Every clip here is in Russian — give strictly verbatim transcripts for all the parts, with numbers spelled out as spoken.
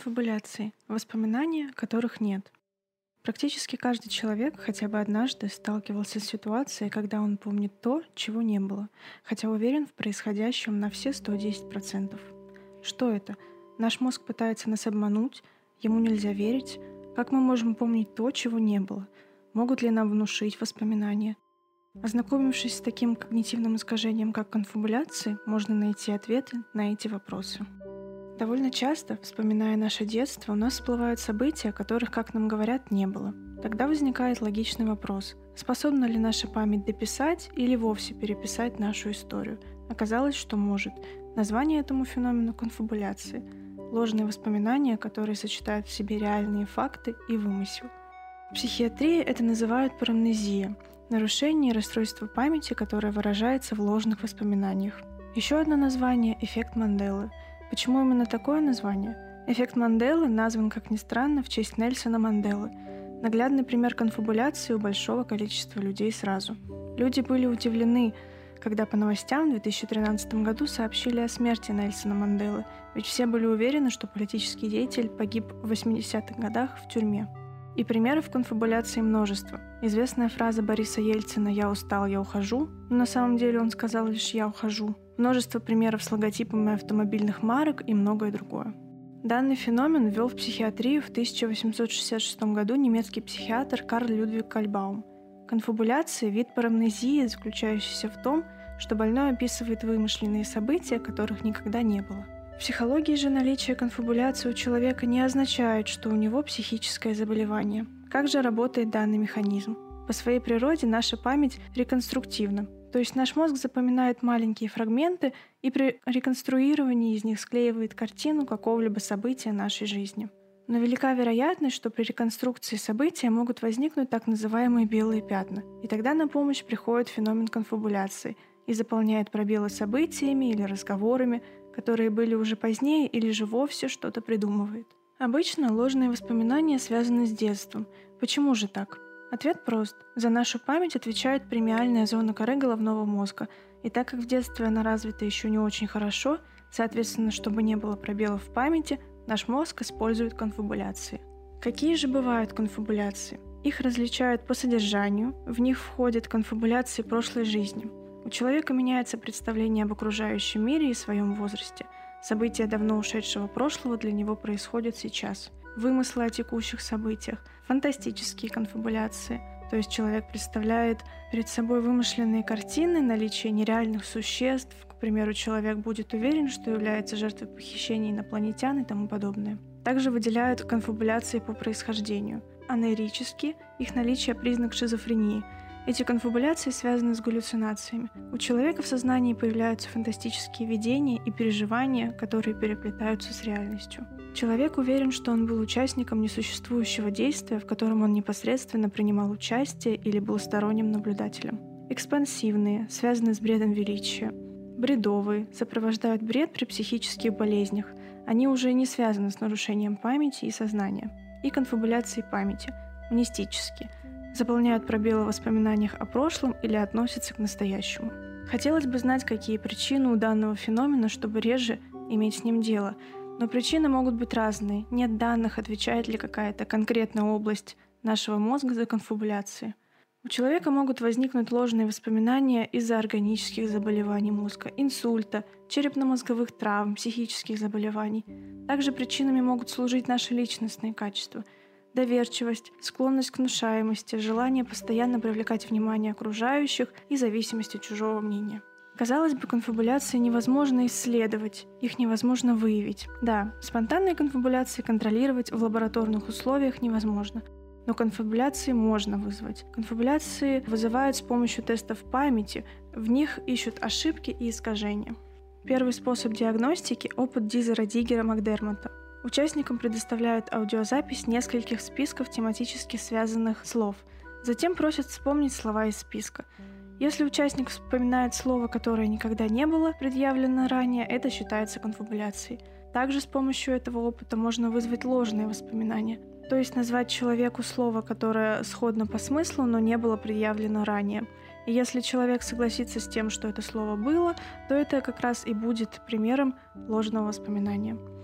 Конфабуляции — воспоминания, которых нет. Практически каждый человек хотя бы однажды сталкивался с ситуацией, когда он помнит то, чего не было, хотя уверен в происходящем на все сто десять процентов. Что это? Наш мозг пытается нас обмануть, ему нельзя верить. Как мы можем помнить то, чего не было? Могут ли нам внушить воспоминания? Ознакомившись с таким когнитивным искажением, как конфабуляции, можно найти ответы на эти вопросы. Довольно часто, вспоминая наше детство, у нас всплывают события, которых, как нам говорят, не было. Тогда возникает логичный вопрос: способна ли наша память дописать или вовсе переписать нашу историю? Оказалось, что может. Название этому феномену — конфабуляции. Ложные воспоминания, которые сочетают в себе реальные факты и вымысел. В психиатрии это называют парамнезия — нарушение и расстройство памяти, которое выражается в ложных воспоминаниях. Еще одно название — эффект Манделы. Почему именно такое название? Эффект Манделы назван, как ни странно, в честь Нельсона Манделы. Наглядный пример конфабуляции у большого количества людей сразу. Люди были удивлены, когда по новостям в две тысячи тринадцатом году сообщили о смерти Нельсона Манделы, ведь все были уверены, что политический деятель погиб в восьмидесятых годах в тюрьме. И примеров конфабуляции множество. Известная фраза Бориса Ельцина «Я устал, я ухожу», но на самом деле он сказал лишь «я ухожу». Множество примеров с логотипами автомобильных марок и многое другое. Данный феномен ввел в психиатрию в тысяча восемьсот шестьдесят шестом году немецкий психиатр Карл Людвиг Кальбаум. Конфабуляция — вид парамнезии, заключающийся в том, что больной описывает вымышленные события, которых никогда не было. В психологии же наличие конфабуляции у человека не означает, что у него психическое заболевание. Как же работает данный механизм? По своей природе наша память реконструктивна, то есть наш мозг запоминает маленькие фрагменты и при реконструировании из них склеивает картину какого-либо события нашей жизни. Но велика вероятность, что при реконструкции события могут возникнуть так называемые белые пятна, и тогда на помощь приходит феномен конфабуляции и заполняет пробелы событиями или разговорами, которые были уже позднее, или же вовсе что-то придумывает. Обычно ложные воспоминания связаны с детством. Почему же так? Ответ прост. За нашу память отвечает премиальная зона коры головного мозга, и так как в детстве она развита еще не очень хорошо, соответственно, чтобы не было пробелов в памяти, наш мозг использует конфабуляции. Какие же бывают конфабуляции? Их различают по содержанию, в них входят конфабуляции прошлой жизни. У человека меняется представление об окружающем мире и своем возрасте. События давно ушедшего прошлого для него происходят сейчас. Вымыслы о текущих событиях, фантастические конфабуляции, то есть человек представляет перед собой вымышленные картины, наличие нереальных существ, к примеру, человек будет уверен, что является жертвой похищения инопланетян и тому подобное. Также выделяют конфабуляции по происхождению. Анейрические, их наличие признак шизофрении. Эти конфабуляции связаны с галлюцинациями. У человека в сознании появляются фантастические видения и переживания, которые переплетаются с реальностью. Человек уверен, что он был участником несуществующего действия, в котором он непосредственно принимал участие или был сторонним наблюдателем. Экспансивные, связаны с бредом величия. Бредовые, сопровождают бред при психических болезнях. Они уже не связаны с нарушением памяти и сознания. И конфабуляции памяти. Мнистические. Заполняют пробелы в воспоминаниях о прошлом или относятся к настоящему. Хотелось бы знать, какие причины у данного феномена, чтобы реже иметь с ним дело. Но причины могут быть разные. Нет данных, отвечает ли какая-то конкретная область нашего мозга за конфабуляции. У человека могут возникнуть ложные воспоминания из-за органических заболеваний мозга, инсульта, черепно-мозговых травм, психических заболеваний. Также причинами могут служить наши личностные качества – доверчивость, склонность к внушаемости, желание постоянно привлекать внимание окружающих и зависимость от чужого мнения. Казалось бы, конфабуляции невозможно исследовать, их невозможно выявить. Да, спонтанные конфабуляции контролировать в лабораторных условиях невозможно, но конфабуляции можно вызвать. Конфабуляции вызывают с помощью тестов памяти, в них ищут ошибки и искажения. Первый способ диагностики – опыт Дизера Диггера Макдермотта. Участникам предоставляют аудиозапись нескольких списков тематически связанных слов. Затем просят вспомнить слова из списка. Если участник вспоминает слово, которое никогда не было предъявлено ранее, это считается конфабуляцией. Также с помощью этого опыта можно вызвать ложные воспоминания, то есть назвать человеку слово, которое сходно по смыслу, но не было предъявлено ранее. И если человек согласится с тем, что это слово было, то это как раз и будет примером ложного воспоминания.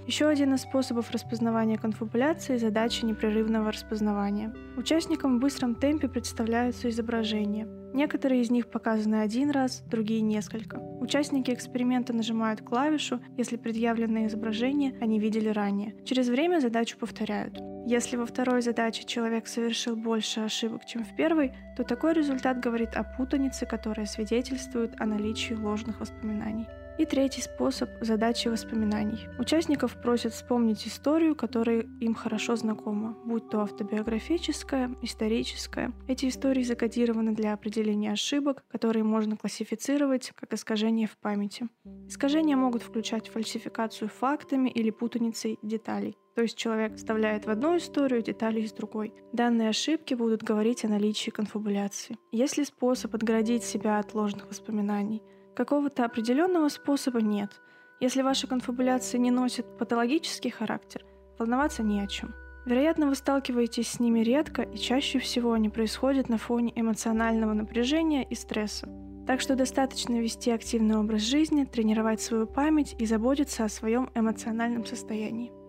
Еще один из способов распознавания конфабуляции – задача непрерывного распознавания. Участникам в быстром темпе представляются изображения. Некоторые из них показаны один раз, другие – несколько. Участники эксперимента нажимают клавишу, если предъявленное изображение они видели ранее. Через время задачу повторяют. Если во второй задаче человек совершил больше ошибок, чем в первой, то такой результат говорит о путанице, которая свидетельствует о наличии ложных воспоминаний. И третий способ – задачи воспоминаний. Участников просят вспомнить историю, которая им хорошо знакома, будь то автобиографическая, историческая. Эти истории закодированы для определения ошибок, которые можно классифицировать как искажения в памяти. Искажения могут включать фальсификацию фактами или путаницей деталей. То есть человек вставляет в одну историю детали из другой. Данные ошибки будут говорить о наличии конфабуляции. Есть ли способ отгородить себя от ложных воспоминаний? Какого-то определенного способа нет. Если ваша конфабуляция не носит патологический характер, волноваться не о чем. Вероятно, вы сталкиваетесь с ними редко, и чаще всего они происходят на фоне эмоционального напряжения и стресса. Так что достаточно вести активный образ жизни, тренировать свою память и заботиться о своем эмоциональном состоянии.